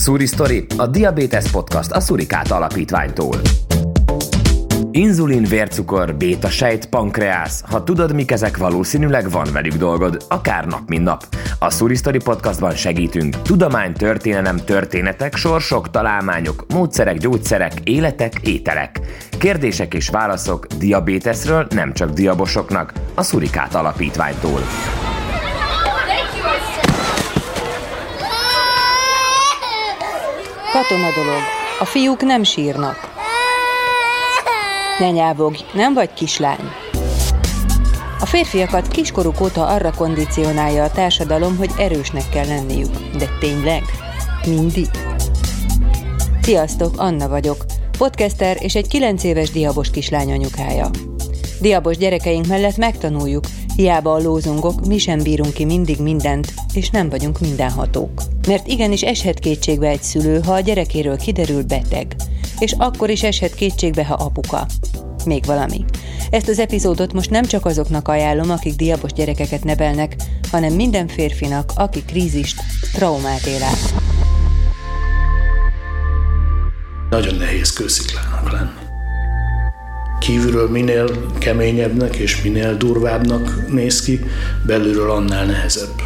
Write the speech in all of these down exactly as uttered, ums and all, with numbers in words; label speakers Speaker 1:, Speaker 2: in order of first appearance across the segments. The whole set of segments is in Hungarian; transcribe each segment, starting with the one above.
Speaker 1: Szuri Story, a Diabetes Podcast a Szurikáta Alapítványtól. Inzulin, vércukor, bétasejt, pankreász. Ha tudod, mik ezek, valószínűleg van velük dolgod, akár nap, mint nap. A Szuri Story Podcastban segítünk. Tudomány, történelem, történetek, sorsok, találmányok, módszerek, gyógyszerek, életek, ételek. Kérdések és válaszok diabéteszről nem csak diabosoknak, a Szurikáta Alapítványtól.
Speaker 2: Katona dolog. A fiúk nem sírnak. Ne nyávogj, nem vagy kislány. A férfiakat kiskoruk óta arra kondicionálja a társadalom, hogy erősnek kell lenniük. De tényleg? Mindig? Sziasztok, Anna vagyok. Podcaster és egy kilenc éves diabos kislány anyukája. Diabos gyerekeink mellett megtanuljuk, hiába a lózungok, mi sem bírunk ki mindig mindent, és nem vagyunk mindenhatók. Mert igenis eshet kétségbe egy szülő, ha a gyerekéről kiderül beteg. És akkor is eshet kétségbe, ha apuka. Még valami. Ezt az epizódot most nem csak azoknak ajánlom, akik diabos gyerekeket nevelnek, hanem minden férfinak, aki krízist, traumát él át.
Speaker 3: Nagyon nehéz kősziklának lenni. Kívülről minél keményebbnek és minél durvábbnak néz ki, belülről annál nehezebb.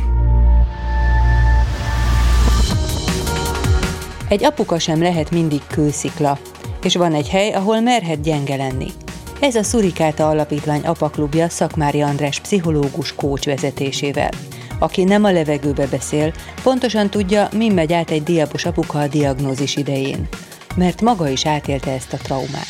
Speaker 2: Egy apuka sem lehet mindig kőszikla, és van egy hely, ahol merhet gyenge lenni. Ez a Szurikáta Alapítvány apaklubja Szakmári András pszichológus coach vezetésével. Aki nem a levegőbe beszél, pontosan tudja, min megy át egy diabos apuka a diagnózis idején. Mert maga is átélte ezt a traumát.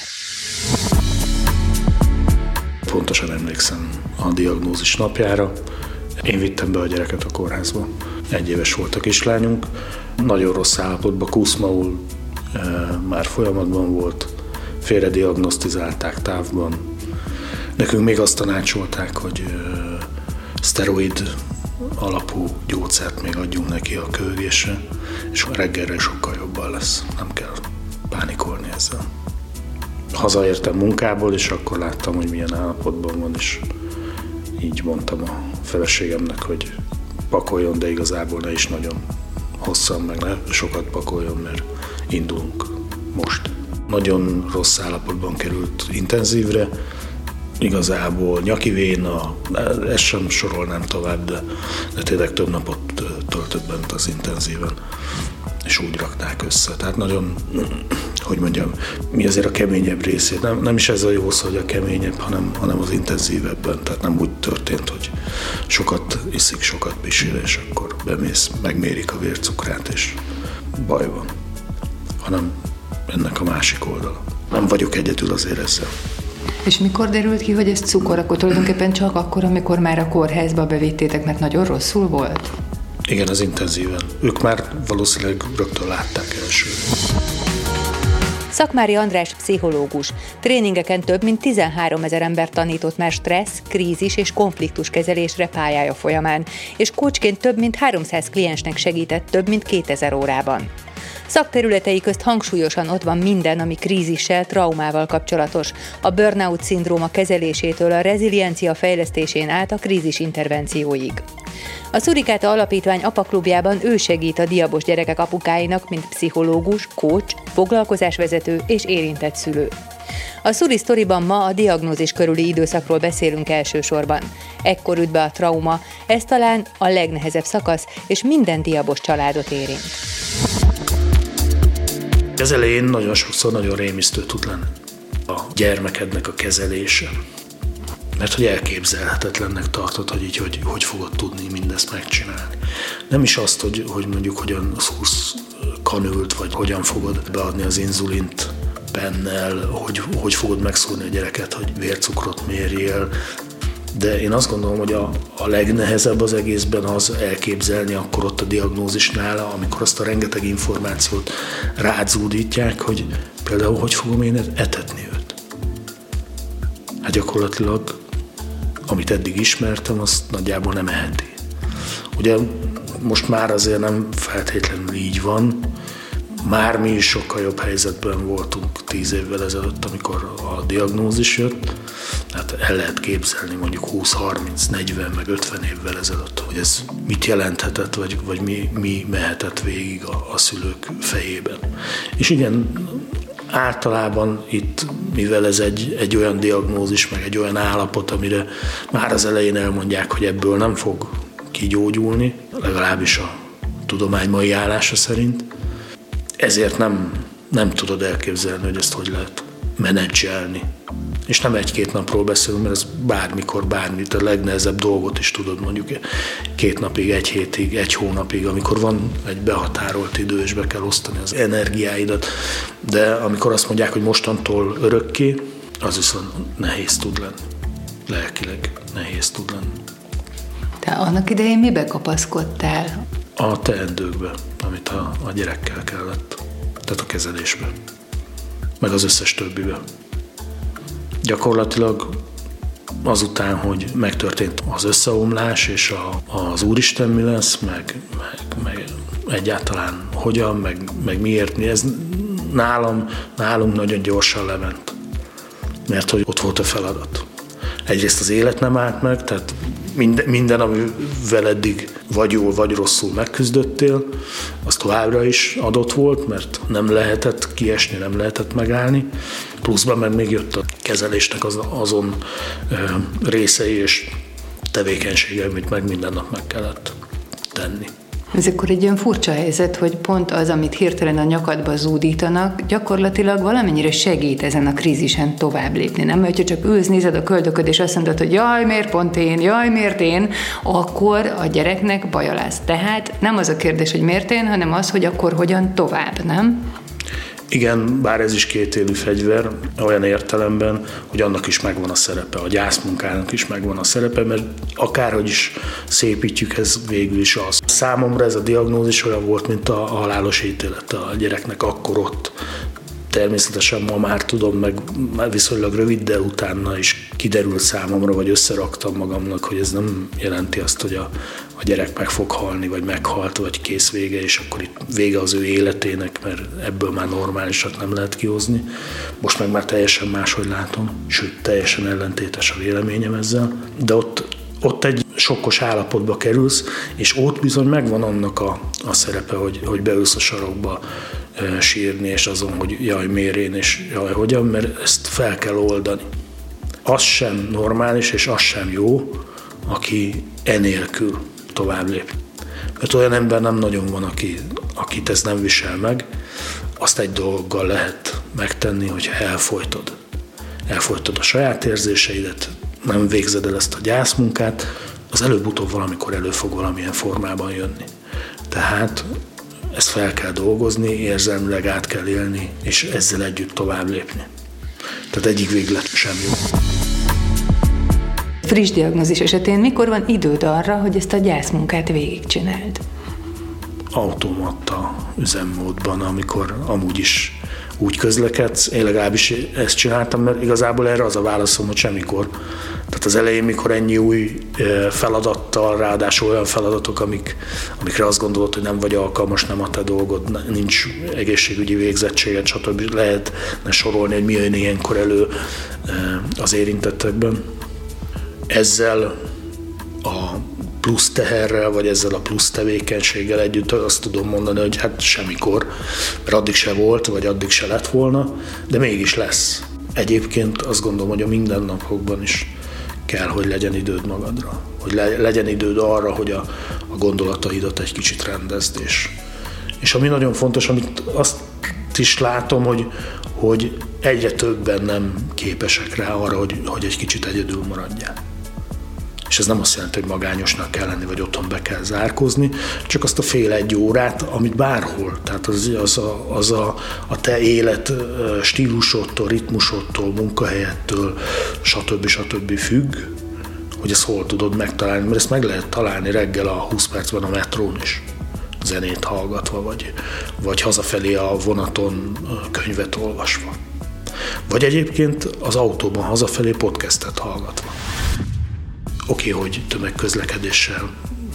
Speaker 3: Pontosan emlékszem a diagnózis napjára. Én vittem be a gyereket a kórházba. Egy éves volt a kislányunk. Nagyon rossz állapotban, kuszmaul, e, már folyamatban volt. Félre diagnosztizálták távban. Nekünk még azt tanácsolták, hogy e, szteroid alapú gyógyszert még adjunk neki a köhögésre, és reggelre sokkal jobban lesz. Nem kell pánikolni ezzel. Hazaértem munkából, és akkor láttam, hogy milyen állapotban van, és így mondtam a feleségemnek, hogy pakoljon, de igazából ne is nagyon hosszan, meg ne sokat pakoljon, mert indulunk most. Nagyon rossz állapotban került intenzívre, igazából nyaki véna, ezt sem sorolnám tovább, de, de tényleg több napot töltött bent az intenzíven, és úgy rakták össze. Tehát nagyon, hogy mondjam, mi azért a keményebb részét. Nem, nem is ez a jó szó, hogy a keményebb, hanem, hanem az intenzívebben. Tehát nem úgy történt, hogy sokat iszik, sokat pisil, és akkor bemész, megmérik a vércukrát, és baj van. Hanem ennek a másik oldala. Nem vagyok egyedül azért ezzel.
Speaker 4: És mikor derült ki, hogy ez cukor? Akkor tulajdonképpen csak akkor, amikor már a kórházba bevittétek, mert nagyon rosszul volt?
Speaker 3: Igen, az intenzíven. Ők már valószínűleg rögtön látták elsőre.
Speaker 2: Szakmári András pszichológus. Tréningeken több mint tizenháromezer ember tanított már stressz, krízis és konfliktus kezelésre pályája folyamán, és coachként több mint háromszáz kliensnek segített több mint kétezer órában. Szakterületei közt hangsúlyosan ott van minden, ami krízissel, traumával kapcsolatos, a burnout szindróma kezelésétől a reziliencia fejlesztésén át a krízis intervencióig. A Szurikáta Alapítvány apaklubjában ő segít a diabos gyerekek apukáinak, mint pszichológus, coach, foglalkozásvezető és érintett szülő. A Szuri Storyban ma a diagnózis körüli időszakról beszélünk elsősorban. Ekkor üt be a trauma, ez talán a legnehezebb szakasz, és minden diabos családot érint.
Speaker 3: Az elején nagyon sokszor nagyon rémisztő tud lenni a gyermekednek a kezelése. Mert hogy elképzelhetetlennek tartod, hogy így hogy, hogy fogod tudni mindezt megcsinálni. Nem is azt, hogy, hogy mondjuk hogyan szúrsz kanült, vagy hogyan fogod beadni az inzulint pennel, hogy, hogy fogod megszúrni a gyereket, hogy vércukrot mérjél. De én azt gondolom, hogy a, a legnehezebb az egészben az elképzelni akkor ott a diagnózisnál, amikor azt a rengeteg információt rázúdítják, hogy például hogy fogom én etetni őt. Hát gyakorlatilag, amit eddig ismertem, azt nagyjából nem eheti. Ugye most már azért nem feltétlenül így van, már mi is sokkal jobb helyzetben voltunk tíz évvel ezelőtt, amikor a diagnózis jött. Hát el lehet képzelni mondjuk húsz, harminc, negyven, meg ötven évvel ezelőtt, hogy ez mit jelenthetett, vagy, vagy mi, mi mehetett végig a, a szülők fejében. És igen, általában itt, mivel ez egy, egy olyan diagnózis, meg egy olyan állapot, amire már az elején elmondják, hogy ebből nem fog kigyógyulni, legalábbis a tudomány mai állása szerint, ezért nem, nem tudod elképzelni, hogy ezt hogy lehet menedzselni. És nem egy-két napról beszélünk, mert ez bármikor, bármit, a legnehezebb dolgot is tudod mondjuk két napig, egy hétig, egy hónapig, amikor van egy behatárolt idő, és be kell osztani az energiáidat. De amikor azt mondják, hogy mostantól örökké, az viszont nehéz tud lenni. Lelkileg nehéz tud lenni.
Speaker 4: Te annak idején mibe kapaszkodtál?
Speaker 3: A teendőkbe, amit a, a gyerekkel kellett. Tehát a kezelésbe. Meg az összes többibe. Gyakorlatilag azután, hogy megtörtént az összeomlás, és a, az Úristen mi lesz, meg, meg, meg egyáltalán hogyan, meg, meg miért mi, ez nálam, nálunk nagyon gyorsan lement. Mert hogy ott volt a feladat. Egyrészt az élet nem állt meg, tehát minden, minden amivel eddig vagy jól, vagy rosszul megküzdöttél, az továbbra is adott volt, mert nem lehetett kiesni, nem lehetett megállni. Pluszban meg még jött a kezelésnek az, azon ö, részei és tevékenysége, amit meg minden nap meg kellett tenni.
Speaker 4: Ez akkor egy olyan furcsa helyzet, hogy pont az, amit hirtelen a nyakadba zúdítanak, gyakorlatilag valamennyire segít ezen a krízisen tovább lépni. Nem, mert ha csak ülsz, nézed a köldököd, és azt mondod, hogy jaj, miért pont én, jaj, miért én, akkor a gyereknek baja lesz. Tehát nem az a kérdés, hogy miért én, hanem az, hogy akkor hogyan tovább, nem?
Speaker 3: Igen, bár ez is kétélű fegyver, olyan értelemben, hogy annak is megvan a szerepe, a gyászmunkának is megvan a szerepe, mert akárhogy is szépítjük, ez végül is az. Számomra ez a diagnózis olyan volt, mint a halálos ítélet a gyereknek akkor ott. Természetesen ma már tudom, meg viszonylag rövid, de utána is kiderült számomra, vagy összeraktam magamnak, hogy ez nem jelenti azt, hogy a, a gyerek meg fog halni, vagy meghalt, vagy kész vége, és akkor itt vége az ő életének, mert ebből már normálisat nem lehet kihozni. Most meg már teljesen máshogy látom, sőt, teljesen ellentétes a véleményem ezzel. De ott, ott egy sokkos állapotba kerülsz, és ott bizony megvan annak a, a szerepe, hogy, hogy beülsz a sarokba e, sírni, és azon, hogy jaj, miért én, és jaj, hogyan, mert ezt fel kell oldani. Az sem normális, és az sem jó, aki enélkül tovább lép. Mert olyan ember nem nagyon van, aki, akit ez nem visel meg, azt egy dologgal lehet megtenni, hogy elfojtod. Elfojtod a saját érzéseidet, nem végzed el ezt a gyászmunkát, az előbb-utóbb valamikor elő fog valamilyen formában jönni. Tehát ezt fel kell dolgozni, érzelmileg át kell élni, és ezzel együtt tovább lépni. Tehát egyik véglet sem jó.
Speaker 4: Friss diagnózis esetén mikor van időd arra, hogy ezt a gyászmunkát végigcsináld?
Speaker 3: Automata üzemmódban, amikor amúgy is úgy közlekedsz. Én legalábbis ezt csináltam, mert igazából erre az a válaszom, hogy semmikor. Tehát az elején, mikor ennyi új feladattal, ráadásul olyan feladatok, amik, amikre azt gondolod, hogy nem vagy alkalmas, nem a te dolgod, nincs egészségügyi végzettséged, stb. Lehetne sorolni, hogy mi jön ilyenkor elő az érintettekben. Ezzel a plusz teherrel, vagy ezzel a plusz tevékenységgel együtt azt tudom mondani, hogy hát semmikor, mert addig se volt, vagy addig se lett volna, de mégis lesz. Egyébként azt gondolom, hogy a mindennapokban is kell, hogy legyen időd magadra. Hogy le, legyen időd arra, hogy a, a gondolataidat egy kicsit rendezd. És, és ami nagyon fontos, amit azt is látom, hogy, hogy egyre többen nem képesek rá arra, hogy, hogy egy kicsit egyedül maradjál. És ez nem azt jelenti, hogy magányosnak kell lenni, vagy otthon be kell zárkózni, csak azt a fél-egy órát, amit bárhol, tehát az, az, a, az a, a te élet stílusodtól, ritmusodtól, munkahelyettől, stb. stb. Függ, hogy ezt hol tudod megtalálni, mert ezt meg lehet találni reggel a húsz percben a metrón is, zenét hallgatva, vagy, vagy hazafelé a vonaton könyvet olvasva. Vagy egyébként az autóban hazafelé podcastet hallgatva. Oké, okay, hogy tömegközlekedéssel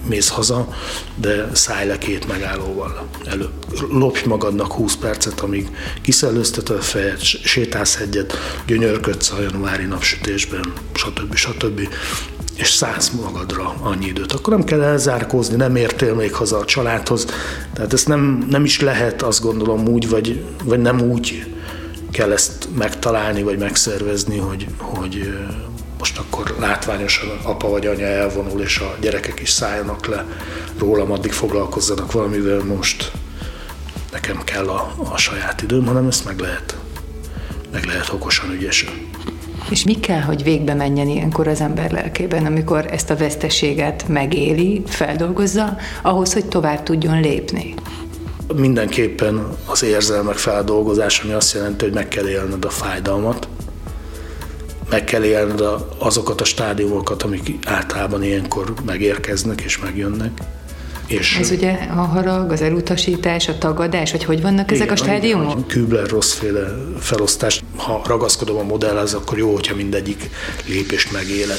Speaker 3: mész haza, de szállj le két megállóval előbb. Lopj magadnak húsz percet, amíg kiszellőzteted a fejed, sétálsz egyet, gyönyörködsz a januári napsütésben, stb. stb. És szállsz magadra annyi időt. Akkor nem kell elzárkózni, nem értél még haza a családhoz. Tehát ezt nem, nem is lehet, azt gondolom úgy, vagy, vagy nem úgy kell ezt megtalálni, vagy megszervezni, hogy, hogy most akkor látványosan apa vagy anya elvonul, és a gyerekek is szálljanak le rólam, addig foglalkozzanak valamivel, most nekem kell a, a saját időm, hanem ezt meg lehet, meg lehet okosan, ügyesen.
Speaker 4: És mi kell, hogy végbe menjen ilyenkor az ember lelkében, amikor ezt a veszteséget megéli, feldolgozza, ahhoz, hogy tovább tudjon lépni?
Speaker 3: Mindenképpen az érzelmek feldolgozása, ami azt jelenti, hogy meg kell élned a fájdalmat, meg kell élned azokat a stádiumokat, amik általában ilyenkor megérkeznek és megjönnek. És
Speaker 4: ez ugye a harag, az elutasítás, a tagadás, vagy hogy vannak igen, ezek a stádiumok?
Speaker 3: Kübler-Ross-féle felosztás. Ha ragaszkodom a modellhez, akkor jó, hogyha mindegyik lépést megéled.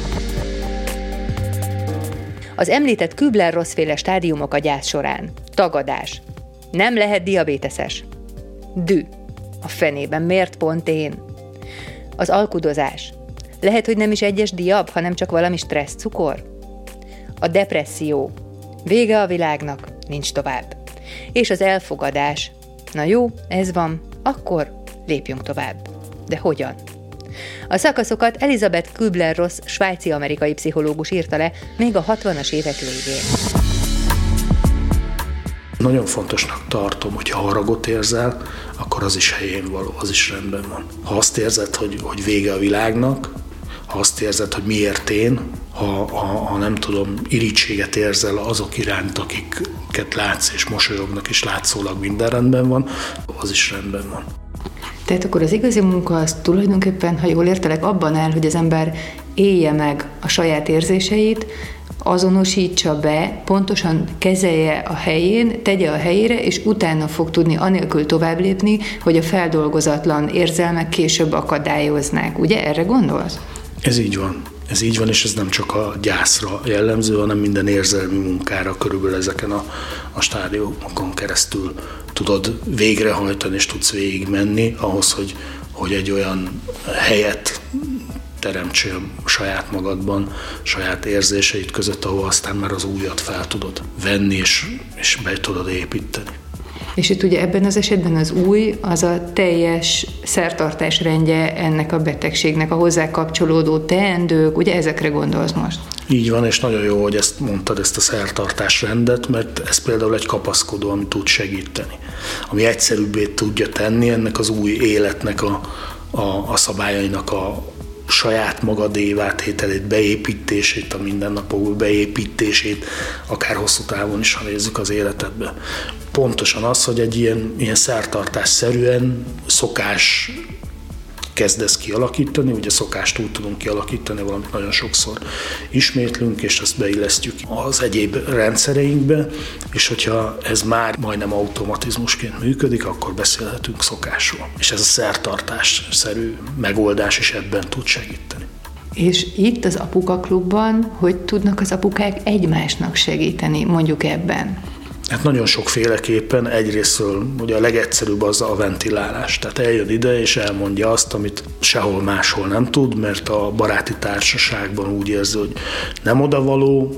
Speaker 2: Az említett Kübler-Ross-féle stádiumok a gyász során. Tagadás. Nem lehet diabéteses. Dű. A fenében miért pont én? Az alkudozás. Lehet, hogy nem is egyes diab, hanem csak valami stresszcukor? A depresszió. Vége a világnak, nincs tovább. És az elfogadás. Na jó, ez van, akkor lépjünk tovább. De hogyan? A szakaszokat Elizabeth Kübler-Ross svájci-amerikai pszichológus írta le még a hatvanas évek végén.
Speaker 3: Nagyon fontosnak tartom, hogy ha haragot érzel, akkor az is helyén való, az is rendben van. Ha azt érzed, hogy, hogy vége a világnak, ha azt érzed, hogy miért én, ha, ha, ha nem tudom, irítséget érzel azok iránt, akiket látsz és mosolyognak, és látszólag minden rendben van, az is rendben van.
Speaker 4: Tehát akkor az igazi munka az tulajdonképpen, ha jól értelek, abban áll, hogy az ember élje meg a saját érzéseit, azonosítsa be, pontosan kezelje a helyén, tegye a helyére, és utána fog tudni anélkül tovább lépni, hogy a feldolgozatlan érzelmek később akadályoznák. Ugye erre gondolsz?
Speaker 3: Ez így van. Ez így van, és ez nem csak a gyászra jellemző, hanem minden érzelmi munkára körülbelül ezeken a, a stádiumokon keresztül tudod végrehajtani, és tudsz végigmenni ahhoz, hogy, hogy egy olyan helyet teremtsél saját magadban, saját érzéseid között, ahol aztán már az újat fel tudod venni, és, és be tudod építeni.
Speaker 4: És itt ugye ebben az esetben az új, az a teljes szertartás rendje ennek a betegségnek, a hozzá kapcsolódó teendők, ugye ezekre gondolsz most?
Speaker 3: Így van, és nagyon jó, hogy ezt mondtad, ezt a szertartás rendet, mert ez például egy kapaszkodó, ami tud segíteni. Ami egyszerűbbé tudja tenni ennek az új életnek a, a, a szabályainak a saját magadévá tételét, beépítését, a mindennapokból beépítését, akár hosszú távon is, ha nézzük az életedbe. Pontosan az, hogy egy ilyen, ilyen szertartásszerűen szokás kezdesz kialakítani, ugye szokást úgy tudunk kialakítani, valamit nagyon sokszor ismétlünk, és ezt beillesztjük az egyéb rendszereinkbe, és hogyha ez már majdnem automatizmusként működik, akkor beszélhetünk szokásról. És ez a szertartásszerű megoldás is ebben tud segíteni.
Speaker 4: És itt az Apuka Klubban, hogy tudnak az apukák egymásnak segíteni, mondjuk ebben?
Speaker 3: Hát nagyon sokféleképpen. Egyrésztől ugye a legegyszerűbb az a ventilálás. Tehát eljön ide és elmondja azt, amit sehol máshol nem tud, mert a baráti társaságban úgy érzi, hogy nem odavaló,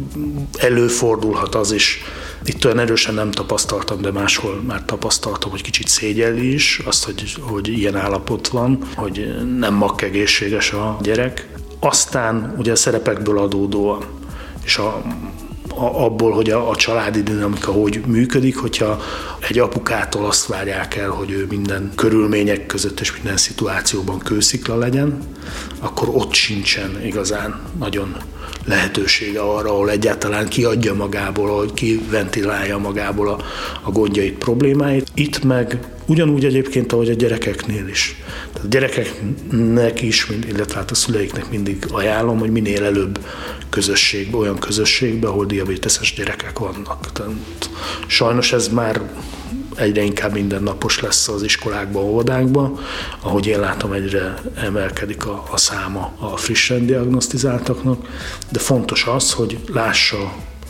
Speaker 3: előfordulhat az is. Itt olyan erősen nem tapasztaltam, de máshol már tapasztaltam, hogy kicsit szégyelli is azt, hogy, hogy ilyen állapot van, hogy nem makkegészséges a gyerek. Aztán ugye a szerepekből adódóan, és a abból, hogy a, a családi dinamika hogy működik, hogyha egy apukától azt várják el, hogy ő minden körülmények között és minden szituációban kőszikla legyen, akkor ott sincsen igazán nagyon lehetősége arra, ahol egyáltalán kiadja magából, ahol kiventilálja magából a, a gondjait, problémáit. Itt meg ugyanúgy egyébként, ahogy a gyerekeknél is. Tehát a gyerekeknek is, illetve hát a szüleiknek mindig ajánlom, hogy minél előbb közösségbe, olyan közösségbe, ahol diabéteses gyerekek vannak. Tehát sajnos ez már egyre inkább mindennapos lesz az iskolákban, óvodákban. Ahogy én látom, egyre emelkedik a, a száma a frissen diagnosztizáltaknak, de fontos az, hogy lássa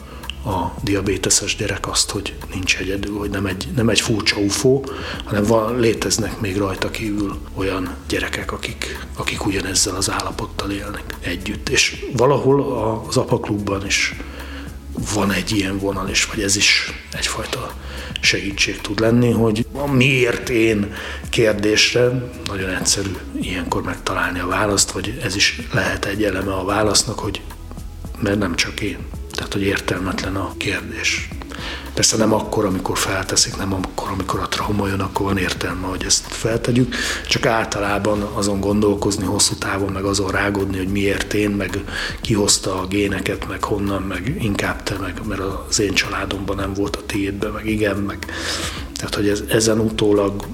Speaker 3: a diabéteses gyerek azt, hogy nincs egyedül, hogy nem egy, nem egy furcsa ufó, hanem van, léteznek még rajta kívül olyan gyerekek, akik, akik ugyanezzel az állapottal élnek együtt. És valahol az apaklubban is van egy ilyen vonal, és vagy ez is egyfajta segítség tud lenni, hogy a miért én kérdésre nagyon egyszerű ilyenkor megtalálni a választ, vagy ez is lehet egy eleme a válasznak, hogy mert nem csak én. Tehát, hogy értelmetlen a kérdés. Persze nem akkor, amikor felteszik, nem akkor, amikor a trauma jön, akkor van értelme, hogy ezt feltegyük, csak általában azon gondolkozni hosszú távon, meg azon rágódni, hogy miért én, meg ki hozta a géneket, meg honnan, meg inkább te, meg, mert az én családomban nem volt a tiédben, meg igen, meg tehát, hogy ez, ezen utólag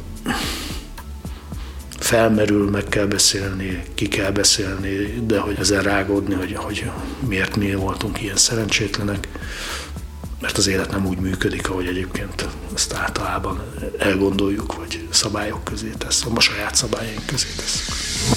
Speaker 3: felmerül, meg kell beszélni, ki kell beszélni, de hogy ezen rágódni, hogy, hogy miért mi voltunk ilyen szerencsétlenek, mert az élet nem úgy működik, ahogy egyébként ezt általában elgondoljuk, vagy szabályok közé teszünk, a saját szabályaink közé teszünk.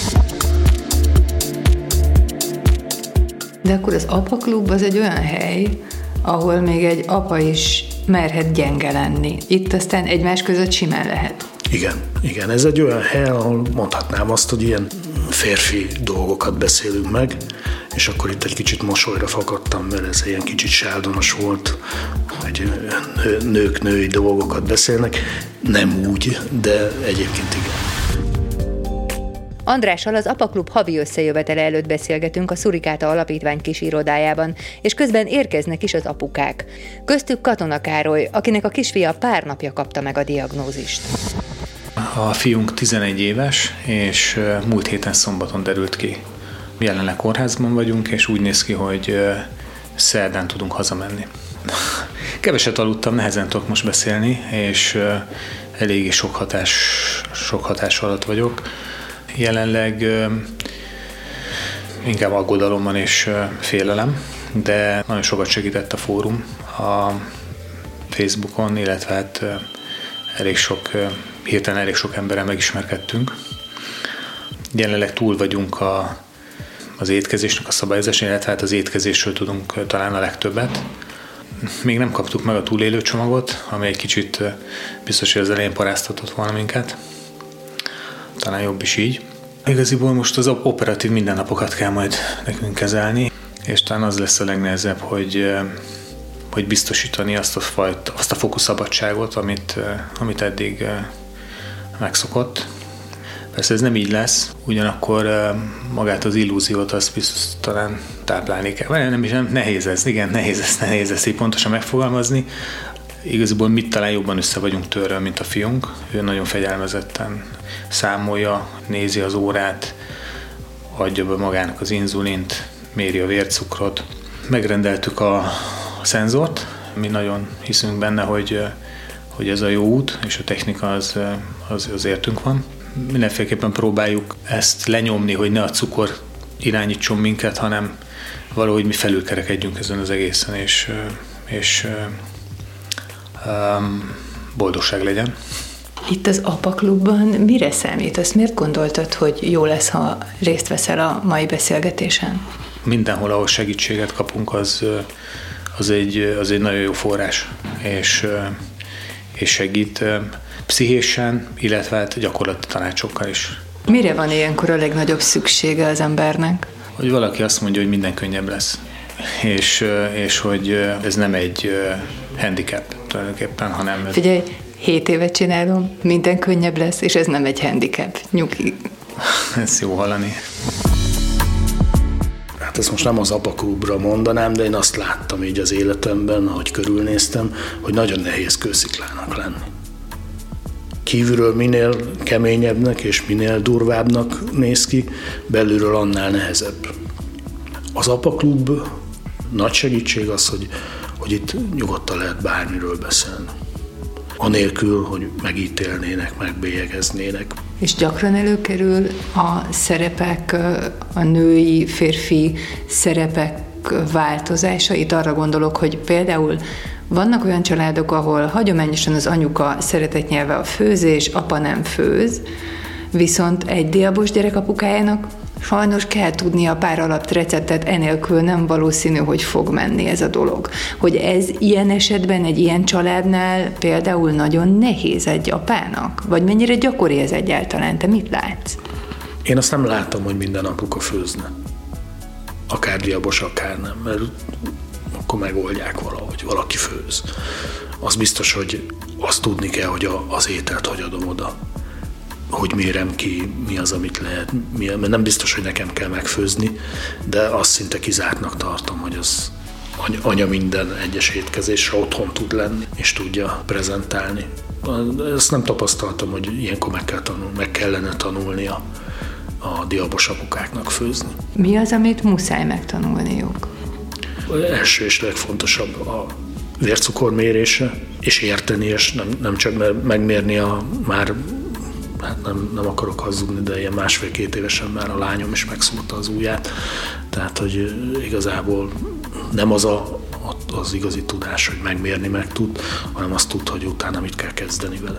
Speaker 4: De akkor az apaklub az egy olyan hely, ahol még egy apa is merhet gyenge lenni. Itt aztán egymás között simán lehet.
Speaker 3: Igen, igen, ez egy olyan hely, ahol mondhatnám azt, hogy ilyen férfi dolgokat beszélünk meg, és akkor itt egy kicsit mosolyra fakadtam, mert ez ilyen kicsit sáldonos volt, hogy nők női dolgokat beszélnek. Nem úgy, de egyébként igen.
Speaker 2: Andrással az Apaklub havi összejövetele előtt beszélgetünk a Szurikáta Alapítvány kis irodájában, és közben érkeznek is az apukák. Köztük Katona Károly, akinek a kisfia pár napja kapta meg a diagnózist.
Speaker 5: A fiunk tizenegy éves, és múlt héten szombaton derült ki. Jelenleg kórházban vagyunk, és úgy néz ki, hogy szerdán tudunk hazamenni. Keveset aludtam, nehezen tudok most beszélni, és eléggé sok hatás, sok hatás alatt vagyok. Jelenleg inkább aggodalom van és félelem, de nagyon sokat segített a fórum a Facebookon, illetve hát elég sok, hirtelen elég sok emberrel megismerkedtünk. Jelenleg túl vagyunk a, az étkezésnek a szabályozásán, illetve hát az étkezésről tudunk talán a legtöbbet. Még nem kaptuk meg a túlélő csomagot, ami egy kicsit biztos, hogy az elején paráztatott volna minket. Talán jobb is így. Igaziból most az operatív mindennapokat kell majd nekünk kezelni, és talán az lesz a legnehezebb, hogy, hogy biztosítani azt a, fajta, azt a fokú szabadságot, amit, amit eddig megszokott. Persze ez nem így lesz, ugyanakkor magát az illúziót azt biztos talán táplálni kell. Nem is nem, nehéz ez, igen, nehéz ez, nehéz ezt így pontosan megfogalmazni. Igaziból mit talán jobban össze vagyunk törve, mint a fiunk. Ő nagyon fegyelmezetten számolja, nézi az órát, adja be magának az inzulint, méri a vércukrot. Megrendeltük a szenzort, mi nagyon hiszünk benne, hogy, hogy ez a jó út, és a technika az, az, az értünk van. Mindenféleképpen próbáljuk ezt lenyomni, hogy ne a cukor irányítson minket, hanem valahogy mi felülkerekedjünk ezen az egészen, és, és um, boldogság legyen.
Speaker 4: Itt az Apaklubban mire számítasz? Miért gondoltad, hogy jó lesz, ha részt veszel a mai beszélgetésen?
Speaker 5: Mindenhol, ahol segítséget kapunk, az, az, egy, az egy nagyon jó forrás, és, és segít pszichésen, illetve hát gyakorlati tanácsokkal is.
Speaker 4: Mire van ilyenkor a legnagyobb szüksége az embernek?
Speaker 5: Hogy valaki azt mondja, hogy minden könnyebb lesz, és, és hogy ez nem egy handicap tulajdonképpen, hanem...
Speaker 4: Figyelj, hét évet csinálom, minden könnyebb lesz, és ez nem egy handicap. Nyugi.
Speaker 5: Ez jó hallani.
Speaker 3: Hát ezt most nem az Apaklubra mondanám, de én azt láttam így az életemben, ahogy körülnéztem, hogy nagyon nehéz kősziklának lenni. Kívülről minél keményebbnek és minél durvábbnak néz ki, belülről annál nehezebb. Az Apaklub nagy segítség az, hogy, hogy itt nyugodtan lehet bármiről beszélni. Anélkül, hogy megítélnének, megbélyegeznének.
Speaker 4: És gyakran előkerül a szerepek, a női, férfi szerepek változása. Itt arra gondolok, hogy például vannak olyan családok, ahol hagyományosan az anyuka szeretetnyelve a főzés, apa nem főz, viszont egy diabos gyerek apukájának Sajnos kell tudni a pár alapreceptet, enélkül nem valószínű, hogy fog menni ez a dolog. Hogy ez ilyen esetben, egy ilyen családnál például nagyon nehéz egy apának? Vagy mennyire gyakori ez egyáltalán? Te mit látsz?
Speaker 3: Én azt nem látom, hogy minden apuka főzne. Akár diabos, akár nem, mert akkor megoldják valahogy, valaki főz. Az biztos, hogy azt tudni kell, hogy az ételt hogy adom oda. Hogy mérem ki, mi az, amit lehet, mi, mert nem biztos, hogy nekem kell megfőzni, de azt szinte kizártnak tartom, hogy az anya minden egyes étkezésre otthon tud lenni, és tudja prezentálni. Ezt nem tapasztaltam, hogy ilyenkor meg, kell tanul, meg kellene tanulni a, a diabos apukáknak főzni.
Speaker 4: Mi az, amit muszáj megtanulniuk?
Speaker 3: Az első és legfontosabb a vércukor mérése, és érteni, és nem, nem csak megmérni a már hát nem, nem akarok hazudni, de ilyen másfél-két évesen már a lányom is megszúrta az ujját. Tehát, hogy igazából nem az a, az igazi tudás, hogy megmérni meg tud, hanem azt tud, hogy utána mit kell kezdeni vele.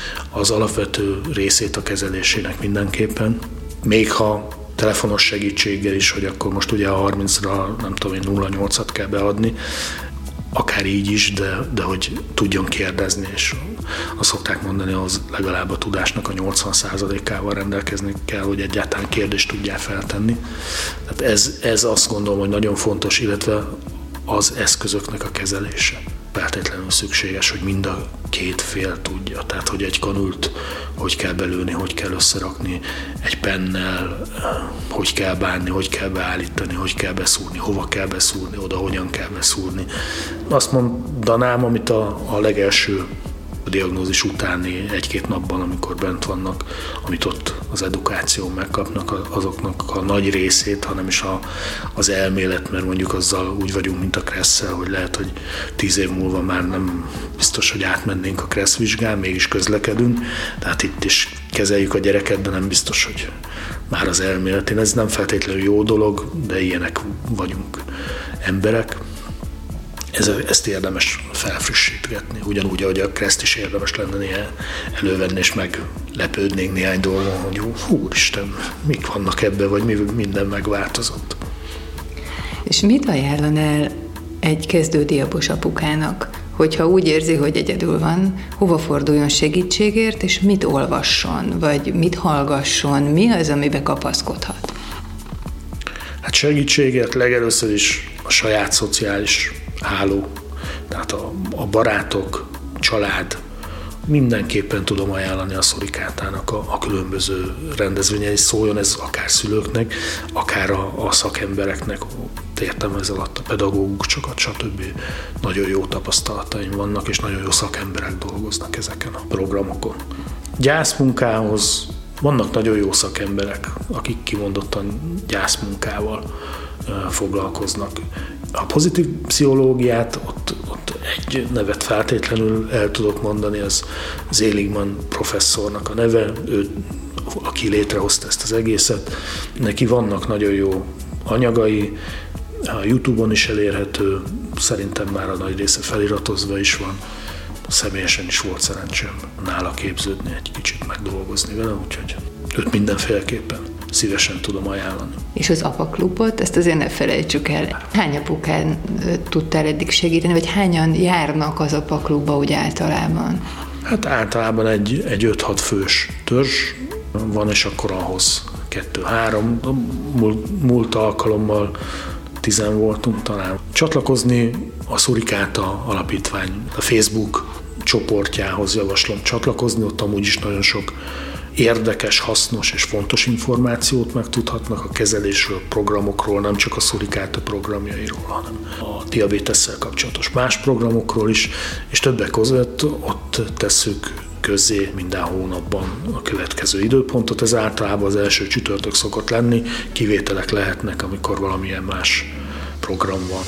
Speaker 3: Az alapvető részét a kezelésének mindenképpen, még ha telefonos segítséggel is, hogy akkor most ugye a harmincra, nem tudom én, nulla nyolcat kell beadni, akár így is, de, de hogy tudjon kérdezni, és azt szokták mondani, az legalább a tudásnak a nyolcvan százalékával rendelkezni kell, hogy egyáltalán kérdést tudjál feltenni. Tehát ez, ez azt gondolom, hogy nagyon fontos, illetve az eszközöknek a kezelése. Feltétlenül szükséges, hogy mind a két fél tudja. Tehát, hogy egy kanült hogy kell belőni, hogy kell összerakni, egy pennel, hogy kell bánni, hogy kell beállítani, hogy kell beszúrni, hova kell beszúrni, oda hogyan kell beszúrni. Azt mondanám, amit a, a legelső a diagnózis utáni egy-két napban, amikor bent vannak, amit ott az edukáción megkapnak, azoknak a nagy részét, hanem is a, az elmélet, mert mondjuk azzal úgy vagyunk, mint a Kresszel, hogy lehet, hogy tíz év múlva már nem biztos, hogy átmennénk a Kressz vizsgán, mégis közlekedünk, tehát itt is kezeljük a gyereket, de nem biztos, hogy már az elméletén. Ez nem feltétlenül jó dolog, de ilyenek vagyunk emberek. Ez, ezt érdemes felfrissítgetni, ugyanúgy, ahogy a Kreszt is érdemes lenne néha elővenni, és meglepődnénk néhány dolgon, hogy úristen, mik vannak ebben, vagy mi, minden megváltozott.
Speaker 4: És mit ajánlanál egy kezdő diabos apukának, hogyha úgy érzi, hogy egyedül van, hova forduljon segítségért, és mit olvasson, vagy mit hallgasson, mi az, amiben kapaszkodhat?
Speaker 3: Hát segítségért legelőször is a saját szociális háló, tehát a, a barátok, család, mindenképpen tudom ajánlani a Szurikátának a, a különböző rendezvényei, szóljon ez akár szülőknek, akár a, a szakembereknek, értem ez alatt a pedagógusokat, stb. Nagyon jó tapasztalataim vannak, és nagyon jó szakemberek dolgoznak ezeken a programokon. Gyászmunkához vannak nagyon jó szakemberek, akik kimondottan gyászmunkával foglalkoznak. A pozitív pszichológiát, ott, ott egy nevet feltétlenül el tudok mondani, az Seligman professzornak a neve, ő, aki létrehozta ezt az egészet. Neki vannak nagyon jó anyagai, a YouTube-on is elérhető, szerintem már a nagy része feliratozva is van. Személyesen is volt szerencsém nála képződni, egy kicsit megdolgozni vele, úgyhogy őt mindenféleképpen szívesen tudom ajánlani.
Speaker 4: És az apaklubot, ezt azért ne felejtsük el. Hány apukán tudtál eddig segíteni, vagy hányan járnak az apaklubba úgy általában?
Speaker 3: Hát általában egy, egy öt-hat fős törzs van, és akkor ahhoz kettő-három. Múlt, múlt alkalommal tizen voltunk talán. Csatlakozni a Szurikáta alapítvány, a Facebook csoportjához javaslom csatlakozni, ott amúgy is nagyon sok érdekes, hasznos és fontos információt megtudhatnak a kezelésről, programokról, nem csak a Szurikáta programjairól, hanem a diabétesszel kapcsolatos más programokról is, és többek között ott tesszük közzé minden hónapban a következő időpontot. Ez általában az első csütörtök szokott lenni, kivételek lehetnek, amikor valamilyen más program van.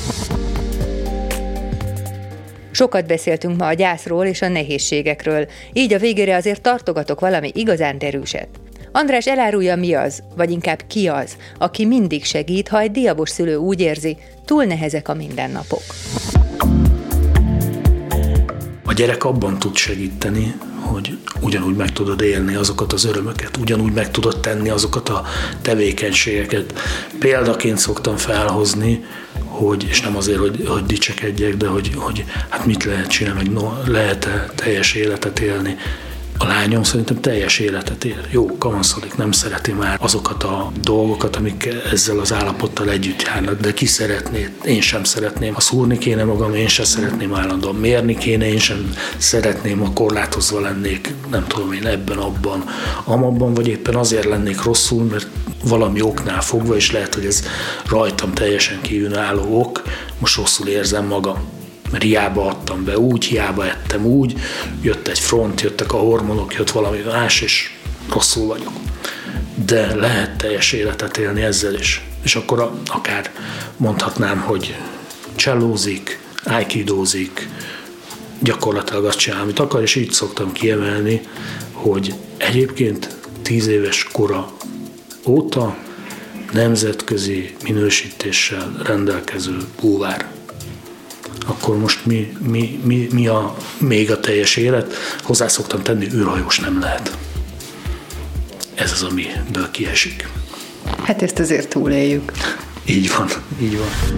Speaker 2: Sokat beszéltünk ma a gyászról és a nehézségekről, így a végére azért tartogatok valami igazán derűset. András elárulja, mi az, vagy inkább ki az, aki mindig segít, ha egy diabos szülő úgy érzi, túl nehezek a mindennapok.
Speaker 3: A gyerek abban tud segíteni, hogy ugyanúgy meg tudod élni azokat az örömöket, ugyanúgy meg tudod tenni azokat a tevékenységeket. Példaként szoktam felhozni, hogy, és nem azért, hogy, hogy dicsekedjek, de hogy, hogy hát mit lehet csinálni, hogy no, lehet-e teljes életet élni. A lányom szerintem teljes életet él. Jó, kamanszodik, nem szereti már azokat a dolgokat, amik ezzel az állapottal együtt járnak, de ki szeretné? Én sem szeretném. Ha szúrni kéne magam, én sem szeretném állandóan mérni kéne, én sem szeretném, ha korlátozva lennék, nem tudom én, ebben, abban, amabban, vagy éppen azért lennék rosszul, mert valami oknál fogva, és lehet, hogy ez rajtam teljesen kívülálló ok, most rosszul érzem magam. Mert hiába adtam be úgy, hiába ettem úgy, jött egy front, jöttek a hormonok, jött valami más, és rosszul vagyok. De lehet teljes életet élni ezzel is. És akkor a, akár mondhatnám, hogy csellózik, aikidózik, gyakorlatilag azt csinál, amit akar, és így szoktam kiemelni, hogy egyébként tíz éves kora óta nemzetközi minősítéssel rendelkező búvár. Akkor most mi, mi, mi, mi a, még a teljes élet? Hozzá szoktam tenni, űrhajós nem lehet. Ez az, amiből kiesik.
Speaker 4: Hát ezt azért túléljük.
Speaker 3: Így van, így van.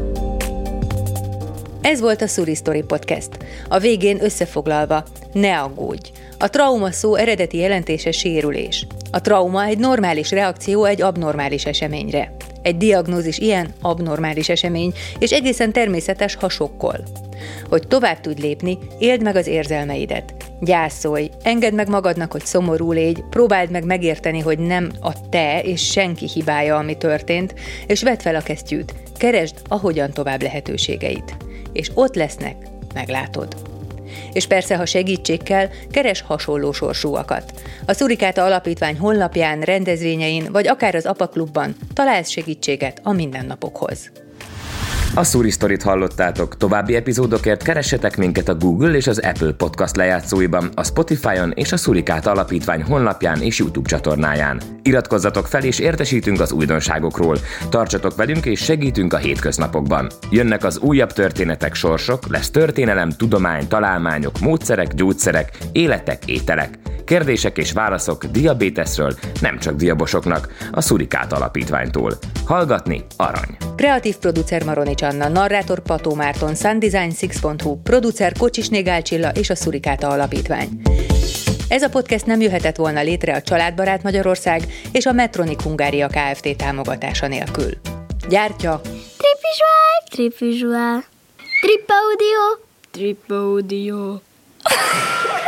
Speaker 2: Ez volt a Szuri Story Podcast. A végén összefoglalva, ne aggódj! A trauma szó eredeti jelentése sérülés. A trauma egy normális reakció egy abnormális eseményre. Egy diagnózis ilyen abnormális esemény, és egészen természetes, ha sokkol. Hogy tovább tudj lépni, éld meg az érzelmeidet. Gyászolj, engedd meg magadnak, hogy szomorú légy, próbáld meg megérteni, hogy nem a te és senki hibája, ami történt, és vedd fel a kesztyűt, keresd ahogyan tovább lehetőségeit. És ott lesznek, meglátod. És persze, ha segítség kell, keres hasonló sorsúakat. A Szurikáta Alapítvány honlapján, rendezvényein, vagy akár az Apaklubban találsz segítséget a mindennapokhoz.
Speaker 1: A Szuri Storyt hallottátok, további epizódokért keressetek minket a Google és az Apple Podcast lejátszóiban, a Spotify-on és a Szurikáta Alapítvány honlapján és YouTube csatornáján. Iratkozzatok fel és értesítünk az újdonságokról. Tartsatok velünk és segítünk a hétköznapokban. Jönnek az újabb történetek, sorsok, lesz történelem, tudomány, találmányok, módszerek, gyógyszerek, életek, ételek. Kérdések és válaszok diabéteszről, nem csak diabosoknak, a Szurikáta Alapítványtól. Hallgatni arany.
Speaker 2: Kreatív producer Maronics Anna, narrátor Pató Márton, Sundesign Six pont hu, producer Kocsisné Gál Csilla és a Szurikáta Alapítvány. Ez a podcast nem jöhetett volna létre a Családbarát Magyarország és a Metronik Hungária Kft. Támogatása nélkül. Gyártja
Speaker 6: Tripvisual, Tripvisual, Tripaudio, Tripaudio.